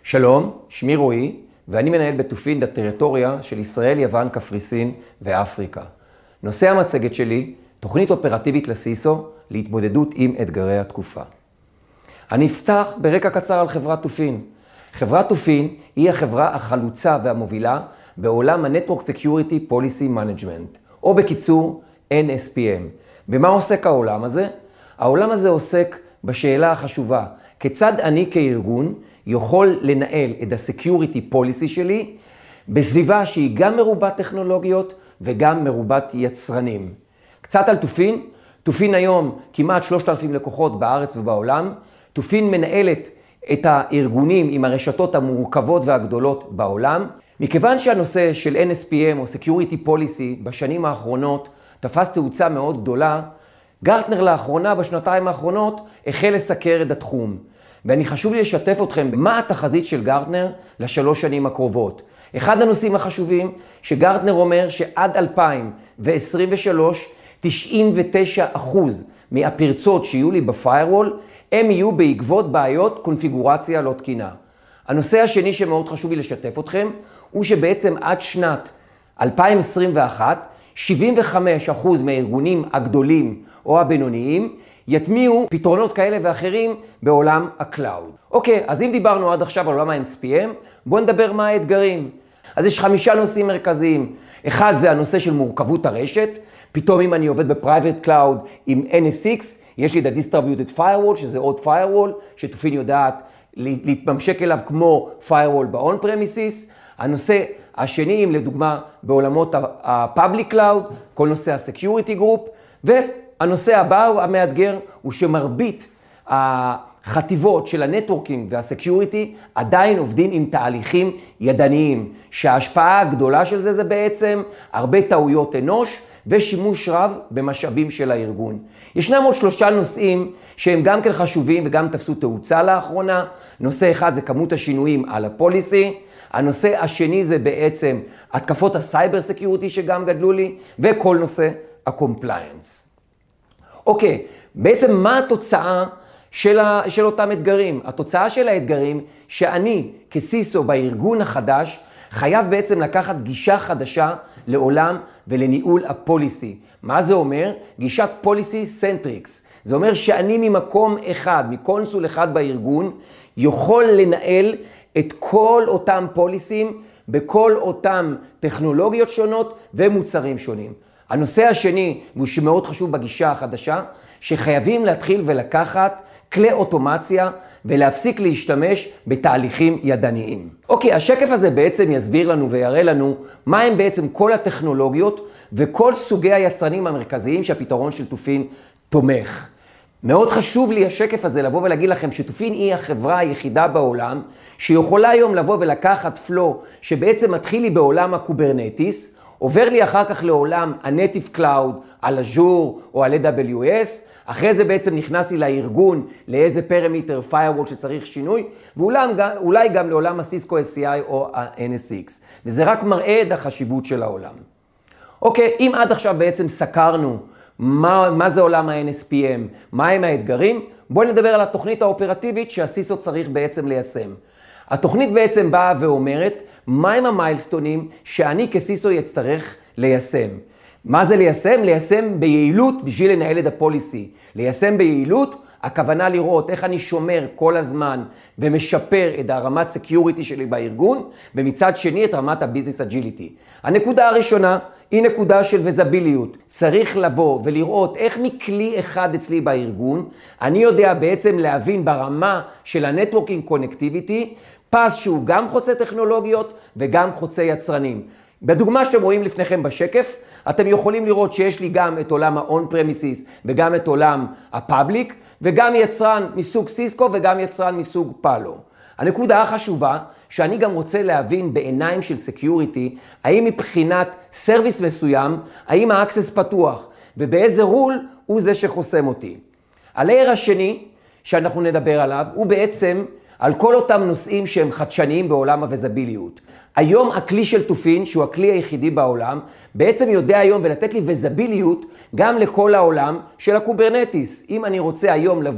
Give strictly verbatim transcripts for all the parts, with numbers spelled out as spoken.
שלום, שמי רועי, ואני מנהל בתופין הטריטוריה של ישראל, יוון, קפריסין ואפריקה. נושא המצגת שלי, תוכנית אופרטיבית לסיסו להתמודדות עם אתגרי התקופה. אני אפתח ברקע קצר על חברת תופין. חברת תופין היא החברה החלוצה והמובילה בעולם ה-Network Security Policy Management, או בקיצור אן אס פי אם. במה עוסק העולם הזה? העולם הזה עוסק בשאלה החשובה, כיצד אני כארגון יכול לנהל את ה-Security Policy שלי בסביבה שהיא גם מרובת טכנולוגיות וגם מרובת יצרנים. קצת על תופין. תופין היום כמעט שלושת אלפים לקוחות בארץ ובעולם. תופין מנהלת את הארגונים עם הרשתות המורכבות והגדולות בעולם. מכיוון שהנושא של אן אס פי אם או Security Policy בשנים האחרונות תפס תאוצה מאוד גדולה, גרטנר לאחרונה, בשנתיים האחרונות, החל לסקר את התחום. ואני חשוב לי לשתף אתכם מה התחזית של גרטנר לשלוש שנים הקרובות. אחד הנושאים החשובים שגרטנר אומר שעד אלפיים עשרים ושלוש, תשעים ותשעה אחוז מהפרצות שיהיו לי בפיירוול, הם יהיו בעקבות בעיות קונפיגורציה לא תקינה. הנושא השני שמאוד חשוב לי לשתף אתכם, הוא שבעצם עד שנת אלפיים עשרים ואחת, שבעים וחמישה אחוז מהארגונים הגדולים או הבינוניים, יטמיעו פתרונות כאלה ואחרים בעולם הקלאוד. אוקיי, אז אם דיברנו עד עכשיו על עולם ה-אן אס פי אם, בואו נדבר מה האתגרים. אז יש חמישה נושאים מרכזיים. אחד זה הנושא של מורכבות הרשת. פתאום אם אני עובד בפרייבט קלאוד עם אן אס איקס, יש לי את ה-Distributed Firewall, שזה עוד Firewall, שתופין יודעת להתממשק אליו כמו Firewall ב-on premises. הנושא השני, לדוגמה, בעולמות ה-Public Cloud, כל נושא ה-Security Group, והנושא הבא המאתגר הוא שמרבית החטיבות של הנטוורקינג והסקיוריטי עדיין עובדים עם תהליכים ידניים, שההשפעה הגדולה של זה זה בעצם הרבה טעויות אנוש ושימוש רב במשאבים של הארגון. ישנם עוד שלושה נושאים שהם גם כן חשובים וגם תפסו תאוצה לאחרונה. נושא אחד זה כמות השינויים על הפוליסי. הנושא השני זה בעצם התקפות הסייבר סקיוריטי שגם גדלו לי, וכל נושא הקומפליינס. אוקיי, בעצם מה התוצאה של, ה, של אותם אתגרים? התוצאה של האתגרים שאני כסיסו בארגון החדש חייב בעצם לקחת גישה חדשה לעולם ולניהול הפוליסי. מה זה אומר? גישת פוליסי סנטריקס. זה אומר שאני ממקום אחד, מקונסול אחד בארגון, יכול לנהל את כל אותם פוליסים בכל אותם טכנולוגיות שונות ומוצרים שונים. הנושא השני, והוא שמאוד חשוב בגישה החדשה, שחייבים להתחיל ולקחת כלי אוטומציה ולהפסיק להשתמש בתהליכים ידניים. אוקיי, השקף הזה בעצם יסביר לנו ויראה לנו מה הם בעצם כל הטכנולוגיות וכל סוגי היצרנים המרכזיים שהפתרון של תופין תומך. מאוד חשוב לי השקף הזה לבוא ולהגיד לכם שתופין היא החברה היחידה בעולם שיכולה היום לבוא ולקחת פלו שבעצם מתחיל לי בעולם הקוברנטיס, עובר לי אחר כך לעולם ה-Native Cloud, על Azure או על איי דאבליו אס, אחרי זה בעצם נכנס לי לארגון לאיזה פרמיטר firewall שצריך שינוי, ואולי גם לעולם ה-Cisco אס סי איי או ה-אן אס איקס. וזה רק מראה את החשיבות של העולם. אוקיי, אם עד עכשיו בעצם סקרנו מה, מה זה עולם ה-אן אס פי אם, מה הם האתגרים, בואו נדבר על התוכנית האופרטיבית שהסיסו צריך בעצם ליישם. התוכנית בעצם באה ואומרת מהם המיילסטונים שאני כסיסו יצטרך ליישם. מה זה ליישם? ליישם ביעילות בשביל לנהל את הפוליסי. ליישם ביעילות, הכוונה לראות איך אני שומר כל הזמן ומשפר את הרמת סקיוריטי שלי בארגון, ומצד שני את רמת הביזנס אג'יליטי. הנקודה הראשונה היא נקודה של ויזביליות. צריך לבוא ולראות איך מכלי אחד אצלי בארגון, אני יודע בעצם להבין ברמה של הנטוורקינג קונקטיביטי, פס שהוא גם חוצה טכנולוגיות וגם חוצה יצרנים. בדוגמה שאתם רואים לפניכם בשקף, אתם יכולים לראות שיש לי גם את עולם ה-on premises וגם את עולם ה-public, וגם יצרן מסוג סיסקו וגם יצרן מסוג פאלו. הנקודה החשובה, שאני גם רוצה להבין בעיניים של סקיוריטי, האם מבחינת סרוויס מסוים, האם האקסס פתוח, ובאיזה רול הוא זה שחוסם אותי. הלייר השני שאנחנו נדבר עליו, הוא בעצם על כל אותם נושאים שהם חדשניים בעולם הוויזביליות. היום הכלי של תופין, שהוא הכלי היחידי בעולם, בעצם יודע היום ולתת לי ויזביליות גם לכל העולם של הקוברנטיס. אם אני רוצה היום לבוא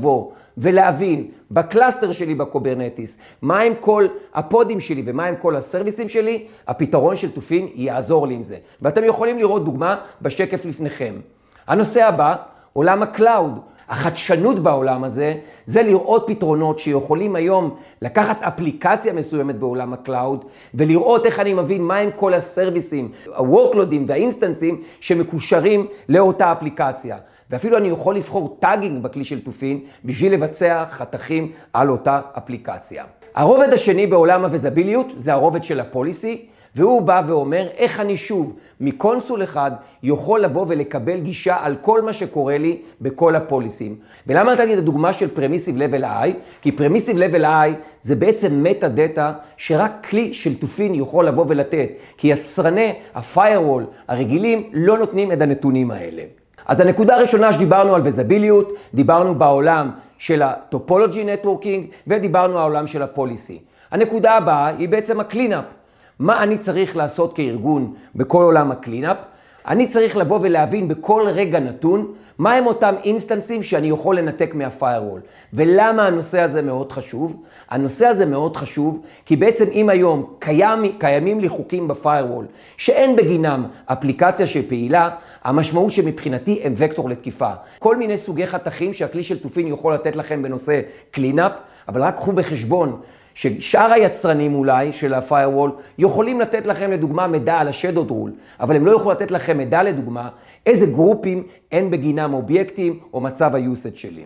ולהבין בקלאסטר שלי בקוברנטיס, מה הם כל הפודים שלי ומה הם כל הסרוויסים שלי, הפתרון של תופין יעזור לי עם זה. ואתם יכולים לראות דוגמה בשקף לפניכם. הנושא הבא, עולם הקלאוד. החדשנות בעולם הזה, זה לראות פתרונות שיכולים היום לקחת אפליקציה מסוימת בעולם הקלאוד, ולראות איך אני מבין מה הם כל הסרוויסים, הוורקלודים והאינסטנסים שמקושרים לאותה אפליקציה. ואפילו אני יכול לבחור טאגינג בכלי של תופין בשביל לבצע חתכים על אותה אפליקציה. הרובד השני בעולם הוויזביליות זה הרובד של הפוליסי, והוא בא ואומר איך אני שוב מקונסול אחד יכול לבוא ולקבל גישה על כל מה שקורה לי בכל הפוליסים. ולמה נתתי את הדוגמה של Permissive Level I? כי Permissive Level I זה בעצם מטה דאטה שרק כלי של תופין יכול לבוא ולתת, כי יצרני ה-Firewall הרגילים לא נותנים את הנתונים האלה. אז הנקודה הראשונה שדיברנו על ויזביליות, דיברנו בעולם של הטופולוגי נטוורקינג ודיברנו על העולם של הפוליסי. הנקודה הבאה היא בעצם הקלינאפ. מה אני צריך לעשות כארגון בכל עולם הקלינאפ? אני צריך לבוא ולהבין בכל רגע נתון מה הם אותם אינסטנסים שאני יכול לנתק מהפיירוול. ולמה הנושא הזה מאוד חשוב? הנושא הזה מאוד חשוב כי בעצם אם היום קיים, קיימים לי חוקים בפיירוול שאין בגינם אפליקציה שפעילה, המשמעות שמבחינתי הם וקטור לתקיפה. כל מיני סוגי חתכים שהכלי של תופין יכול לתת לכם בנושא קלינאפ, אבל רק קחו בחשבון ששאר היצרנים אולי של ה-Firewall יכולים לתת לכם לדוגמה מידע על ה-Shadow Rule, אבל הם לא יכולים לתת לכם מידע לדוגמה איזה גרופים אין בגינם אובייקטים או מצב ה-usage שלי.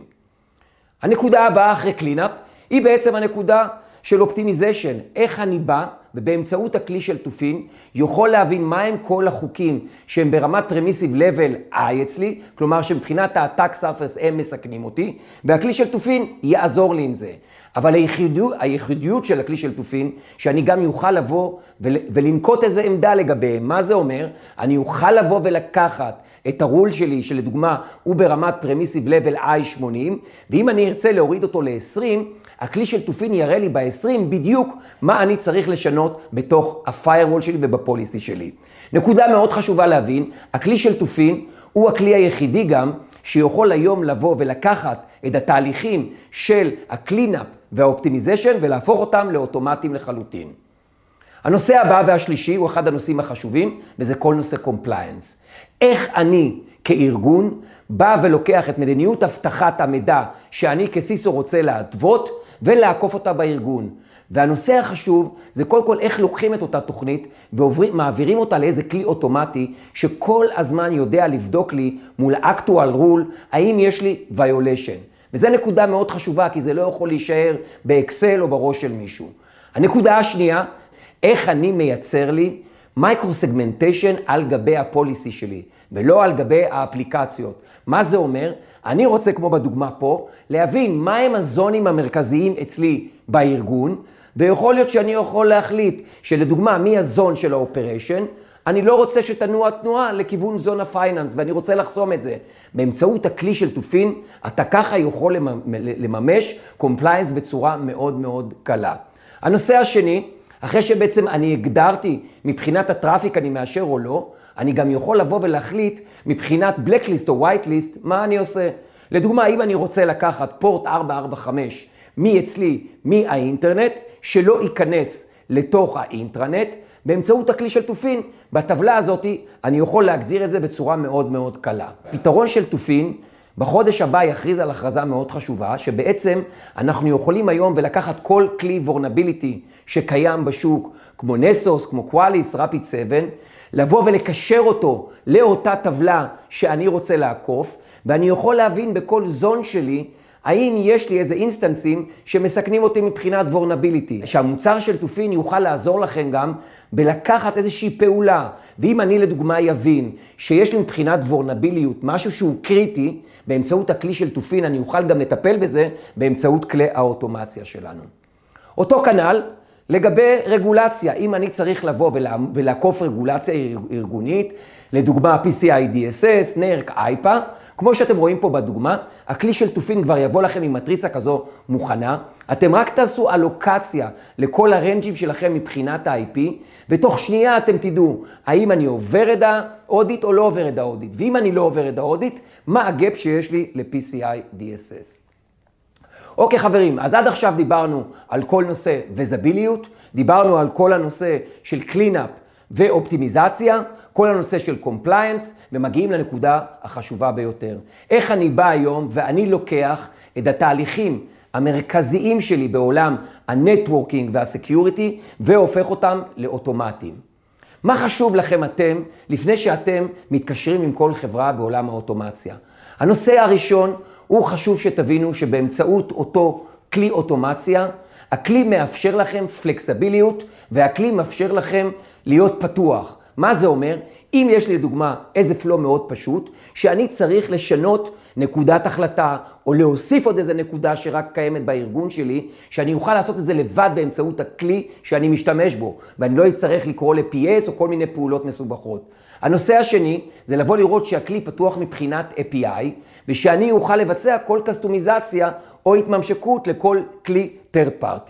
הנקודה הבאה אחרי קלינאפ היא בעצם הנקודה של אופטימיזיישן. איך אני בא ובאמצעות הכלי של תופין יכול להבין מה הם כל החוקים שהם ברמת Permissive Level I אצלי, כלומר שמבחינת ה-Attack Surface הם מסכנים אותי, והכלי של תופין יעזור לי עם זה. אבל היחידיות, היחידיות של הכלי של תופין, שאני גם יוכל לבוא ולנקוט איזה עמדה לגביהם. מה זה אומר? אני אוכל לבוא ולקחת את הרול שלי, שלדוגמה הוא ברמת Permissive Level I שמונים, ואם אני ארצה להוריד אותו ל-עשרים, הכלי של תופין יראה לי ב-עשרים בדיוק מה אני צריך לשנות בתוך ה-Firewall שלי ובפוליסי שלי. נקודה מאוד חשובה להבין, הכלי של תופין הוא הכלי היחידי גם שיכול היום לבוא ולקחת את התהליכים של הקלינאפ והאופטימיזיישן ולהפוך אותם לאוטומטיים לחלוטין. הנושא הבא והשלישי הוא אחד הנושאים החשובים, וזה כל נושא קומפליינס. איך אני כארגון בא ולוקח את מדיניות הבטחת המידע שאני כסיסו רוצה להתוות ולעקוף אותה בארגון. והנושא החשוב זה קודם כל איך לוקחים את אותה תוכנית ומעבירים אותה לאיזה כלי אוטומטי שכל הזמן יודע לבדוק לי מול אקטואל רול האם יש לי violation. וזו נקודה מאוד חשובה כי זה לא יכול להישאר באקסל או בראש של מישהו. הנקודה השנייה, איך אני מייצר לי מייקרו-סגמנטיישן על גבי הפוליסי שלי ולא על גבי האפליקציות. מה זה אומר? אני רוצה כמו בדוגמה פה להבין מה הם הזונים המרכזיים אצלי בארגון, ויכול להיות שאני יכול להחליט שלדוגמה מי הזון של האופריישן, אני לא רוצה שתנוע תנועה לכיוון זון הפייננס, ואני רוצה לחסום את זה. באמצעות הכלי של תופין, אתה ככה יכול לממש קומפליינס בצורה מאוד מאוד קלה. הנושא השני, אחרי שבעצם אני הגדרתי מבחינת הטראפיק אני מאשר או לא, אני גם יכול לבוא ולהחליט מבחינת blacklist או whitelist מה אני עושה. לדוגמה, אם אני רוצה לקחת פורט ארבע ארבע חמש מי אצלי, מי האינטרנט, שלא ייכנס לתוך האינטרנט, באמצעות הכלי של תופין, בטבלה הזאת אני יכול להגדיר את זה בצורה מאוד מאוד קלה. פתרון של תופין, בחודש הבא יכריז על הכרזה מאוד חשובה, שבעצם אנחנו יכולים היום ולקחת כל כלי וורנביליטי שקיים בשוק, כמו נסוס, כמו קואליס, רפיד שבע, לבוא ולקשר אותו לאותה טבלה שאני רוצה לעקוף, ואני יכול להבין בכל זון שלי, האם יש לי איזה אינסטנסים שמסכנים אותי מבחינת וורנביליטי. שהמוצר של תופין יוכל לעזור לכם גם בלקחת איזושהי פעולה. ואם אני לדוגמה יבין שיש לי מבחינת וורנביליות משהו שהוא קריטי, באמצעות הכלי של תופין אני אוכל גם לטפל בזה באמצעות כלי האוטומציה שלנו. אותו כנ"ל לגבי רגולציה. אם אני צריך לבוא ולעקוף רגולציה ארגונית, לדוגמה פי סי איי די אס אס, נרק, אייפה, כמו שאתם רואים פה בדוגמה, הכלי של תופין כבר יבוא לכם עם מטריצה כזו מוכנה. אתם רק תעשו אלוקציה לכל הרנג'ים שלכם מבחינת ה-איי פי, ותוך שנייה אתם תדעו האם אני עובר את האודיט או לא עובר את האודיט. ואם אני לא עובר את האודיט, מה הגאפ שיש לי ל-פי סי איי די אס אס. אוקיי חברים, אז עד עכשיו דיברנו על כל נושא ויזביליות, דיברנו על כל הנושא של קלינאפ ואופטימיזציה, כל הנושא של קומפליינס, ומגיעים לנקודה החשובה ביותר. איך אני בא היום ואני לוקח את התהליכים המרכזיים שלי בעולם הנטוורקינג והסקיוריטי והופך אותם לאוטומטיים. מה חשוב לכם אתם לפני שאתם מתקשרים עם כל חברה בעולם האוטומציה? הנושא הראשון הוא חשוב שתבינו שבאמצעות אותו כלי אוטומציה, הכלי מאפשר לכם פלקסביליות והכלי מאפשר לכם להיות פתוח. מה זה אומר? אם יש לי לדוגמה איזה פלו מאוד פשוט, שאני צריך לשנות נקודת החלטה, או להוסיף עוד איזה נקודה שרק קיימת בארגון שלי, שאני אוכל לעשות את זה לבד באמצעות הכלי שאני משתמש בו, ואני לא אצטרך לקרוא ל-פי אס או כל מיני פעולות מסובכות. הנושא השני זה לבוא לראות שהכלי פתוח מבחינת איי פי איי, ושאני אוכל לבצע כל קסטומיזציה או התממשקות לכל כלי third party.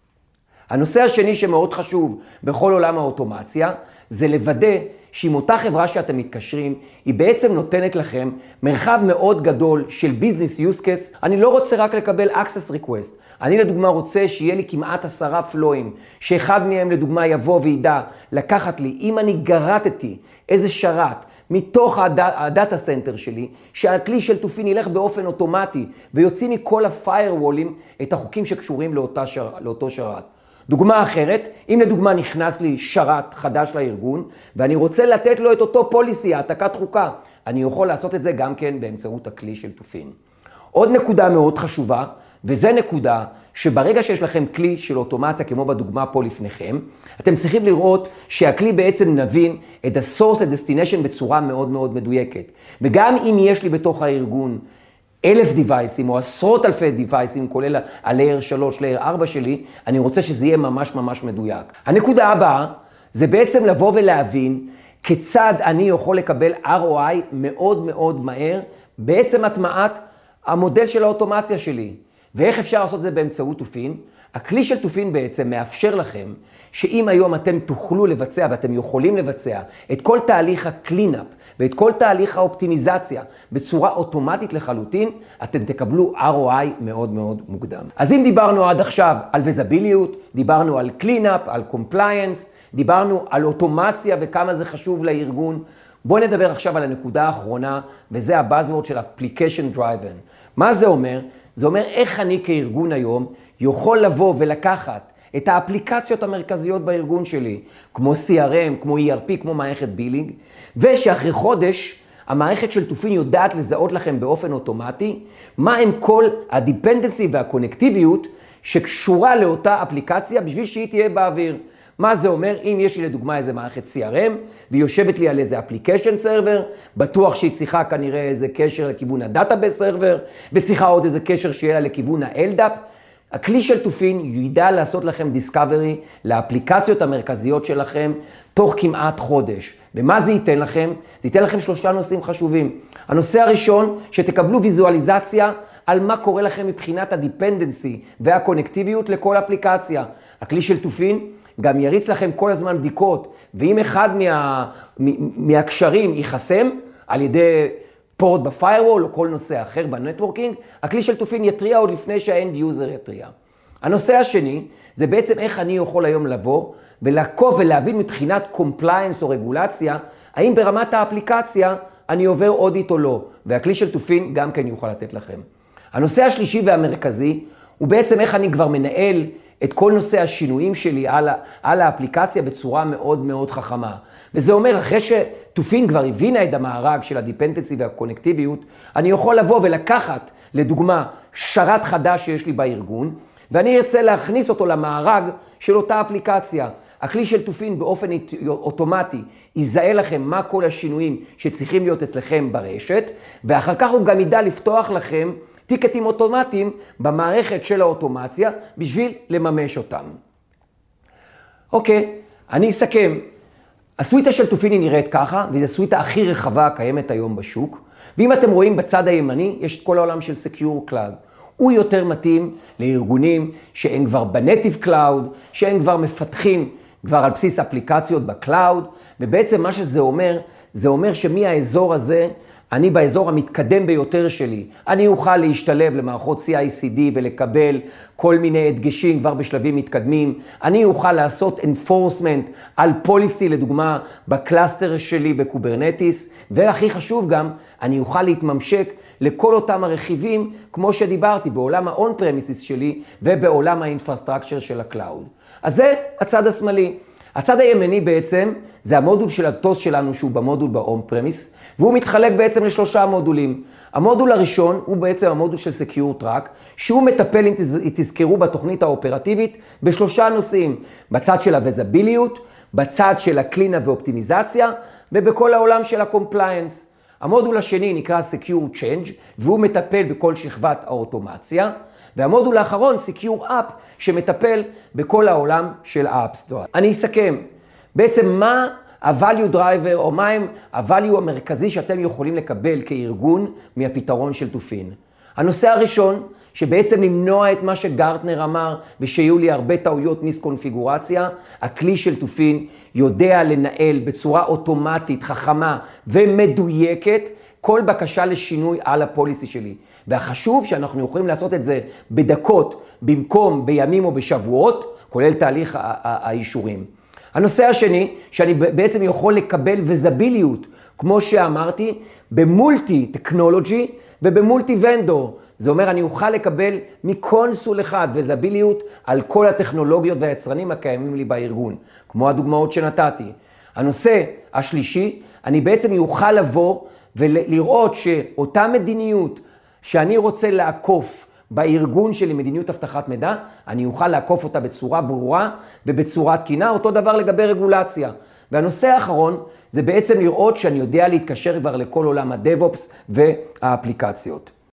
הנושא השני שמאוד חשוב בכל עולם האוטומציה, זה לוודא שאם אותה חברה שאתם מתקשרים, היא בעצם נותנת לכם מרחב מאוד גדול של ביזנס use case. אני לא רוצה רק לקבל access request. אני לדוגמה רוצה שיהיה לי כמעט עשרה פלואים, שאחד מהם לדוגמה יבוא וידע לקחת לי, אם אני גרטתי איזה שרת מתוך הדאטה סנטר שלי, שהכלי של תופין ילך באופן אוטומטי, ויוציא מכל הפיירוולים את החוקים שקשורים לאותה שר, לאותו שרת. דוגמה אחרת, אם לדוגמה נכנס לי שרת חדש לארגון, ואני רוצה לתת לו את אותו פוליסי, העתקת חוקה, אני יכול לעשות את זה גם כן באמצעות הכלי של תופין. עוד נקודה מאוד חשובה, וזה נקודה שברגע שיש לכם כלי של אוטומציה, כמו בדוגמה פה לפניכם, אתם צריכים לראות שהכלי בעצם נבין את ה-source ו-destination בצורה מאוד מאוד מדויקת. וגם אם יש לי בתוך הארגון אלף דיווייסים או עשרות אלפי דיווייסים, כולל ה-Layer שלוש, Layer ארבע שלי, אני רוצה שזה יהיה ממש ממש מדויק. הנקודה הבאה זה בעצם לבוא ולהבין כיצד אני יכול לקבל אר או איי מאוד מאוד מהר, בעצם הטמעת המודל של האוטומציה שלי. ואיך אפשר לעשות את זה באמצעות תופין? הכלי של תופין בעצם מאפשר לכם שאם היום אתם תוכלו לבצע ואתם יכולים לבצע את כל תהליך הקלינאפ ואת כל תהליך האופטימיזציה בצורה אוטומטית לחלוטין, אתם תקבלו אר או איי מאוד מאוד מוקדם. אז אם דיברנו עד עכשיו על ויזביליות, דיברנו על קלינאפ, על קומפליינס, דיברנו על אוטומציה וכמה זה חשוב לארגון, בואו נדבר עכשיו על הנקודה האחרונה, וזה הבאזוורד של Application Driven. מה זה אומר? זה אומר איך אני כארגון היום יכול לבוא ולקחת את האפליקציות המרכזיות בארגון שלי, כמו סי אר אם, כמו אי אר פי, כמו מערכת בילינג, ושאחרי חודש המערכת של תופין יודעת לזהות לכם באופן אוטומטי, מה הם כל הדיפנדנסי והקונקטיביות שקשורה לאותה אפליקציה בשביל שהיא תהיה באוויר. מה זה אומר? אם יש לי לדוגמה איזה מערכת סי אר אם, והיא יושבת לי על איזה אפליקיישן סרבר, בטוח שהיא צריכה כנראה איזה קשר לכיוון הדאטאבייס סרבר, וצריכה עוד איזה קשר שיהיה לה לכיוון ה-אל דאפ. הכלי של תופין ידע לעשות לכם דיסקאברי לאפליקציות המרכזיות שלכם תוך כמעט חודש. ומה זה ייתן לכם? זה ייתן לכם שלושה נושאים חשובים. הנושא הראשון, שתקבלו ויזואליזציה על מה קורה לכם מבחינת הדיפנדנסי והקונקטיביות לכל אפליקציה. הכלי של תופין גם יריץ לכם כל הזמן בדיקות, ואם אחד מה, מהקשרים ייחסם על ידי פורט בפיירוול או כל נושא אחר בנטוורקינג, הכלי של תופין יטריע עוד לפני שהאנד יוזר יטריע. הנושא השני זה בעצם איך אני יכול היום לבוא ולעקוב ולהבין מבחינת קומפליינס או רגולציה, האם ברמת האפליקציה אני עובר אודיט או לא, והכלי של תופין גם כן יוכל לתת לכם. הנושא השלישי והמרכזי הוא בעצם איך אני כבר מנהל את כל נושא השינויים שלי על, על האפליקציה בצורה מאוד מאוד חכמה. וזה אומר, אחרי שתופין כבר הבינה את המארג של הדיפנדנסי והקונקטיביות, אני יכול לבוא ולקחת, לדוגמה, שרת חדש שיש לי בארגון, ואני ארצה להכניס אותו למארג של אותה אפליקציה. הכלי של תופין באופן אוטומטי יזהה לכם מה כל השינויים שצריכים להיות אצלכם ברשת, ואחר כך הוא גם ידע לפתוח לכם טיקטים אוטומטיים במערכת של האוטומציה בשביל לממש אותם. אוקיי, אני אסכם. הסוויטה של תופין היא נראית ככה, וזו הסוויטה הכי רחבה הקיימת היום בשוק. ואם אתם רואים בצד הימני, יש את כל העולם של Secure Cloud. הוא יותר מתאים לארגונים שהם כבר בנטיב קלאוד, שהם כבר מפתחים כבר על בסיס אפליקציות בקלאוד, ובעצם מה שזה אומר, זה אומר שמהאזור הזה, אני באזור המתקדם ביותר שלי, אני אוכל להשתלב למערכות סי איי סי די ולקבל כל מיני הדגשים כבר בשלבים מתקדמים, אני אוכל לעשות enforcement על פוליסי לדוגמה בקלאסטר שלי בקוברנטיס, והכי חשוב גם, אני אוכל להתממשק לכל אותם הרכיבים כמו שדיברתי בעולם ה-on premises שלי ובעולם ה-infrastructure של הקלאוד. אז זה הצד השמאלי. הצד הימני בעצם זה המודול של הטוס שלנו שהוא במודול ב-on premise, והוא מתחלק בעצם לשלושה מודולים. המודול הראשון הוא בעצם המודול של Secure Track, שהוא מטפל, אם תזכרו בתוכנית האופרטיבית, בשלושה נושאים. בצד של הויזביליות, בצד של הקלינה ואופטימיזציה, ובכל העולם של ה-compliance. המודול השני נקרא Secure Change, והוא מטפל בכל שכבת האוטומציה. והמודול האחרון, Secure App, שמטפל בכל העולם של ה-App Store. אני אסכם. בעצם מה ה-value driver, או מה הם ה-value המרכזי שאתם יכולים לקבל כארגון מהפתרון של תופין. הנושא הראשון, שבעצם למנוע את מה שגרטנר אמר, ושיהיו לי הרבה טעויות מיסקונפיגורציה, הכלי של תופין יודע לנהל בצורה אוטומטית, חכמה ומדויקת, כל בקשה לשינוי על הפוליסי שלי. והחשוב שאנחנו יכולים לעשות את זה בדקות, במקום בימים או בשבועות, כולל תהליך האישורים. הנושא השני, שאני בעצם יכול לקבל ויזביליות, כמו שאמרתי, במולטי טכנולוגי ובמולטי ונדור. זה אומר, אני אוכל לקבל מקונסול אחד ויזביליות על כל הטכנולוגיות והיצרנים הקיימים לי בארגון, כמו הדוגמאות שנתתי. הנושא השלישי, אני בעצם יוכל לבוא ולראות שאותה מדיניות שאני רוצה לעקוף בארגון שלי, מדיניות הבטחת מידע, אני אוכל לעקוף אותה בצורה ברורה ובצורה תקינה, אותו דבר לגבי רגולציה. והנושא האחרון זה בעצם לראות שאני יודע להתקשר כבר לכל עולם הדב-אופס והאפליקציות.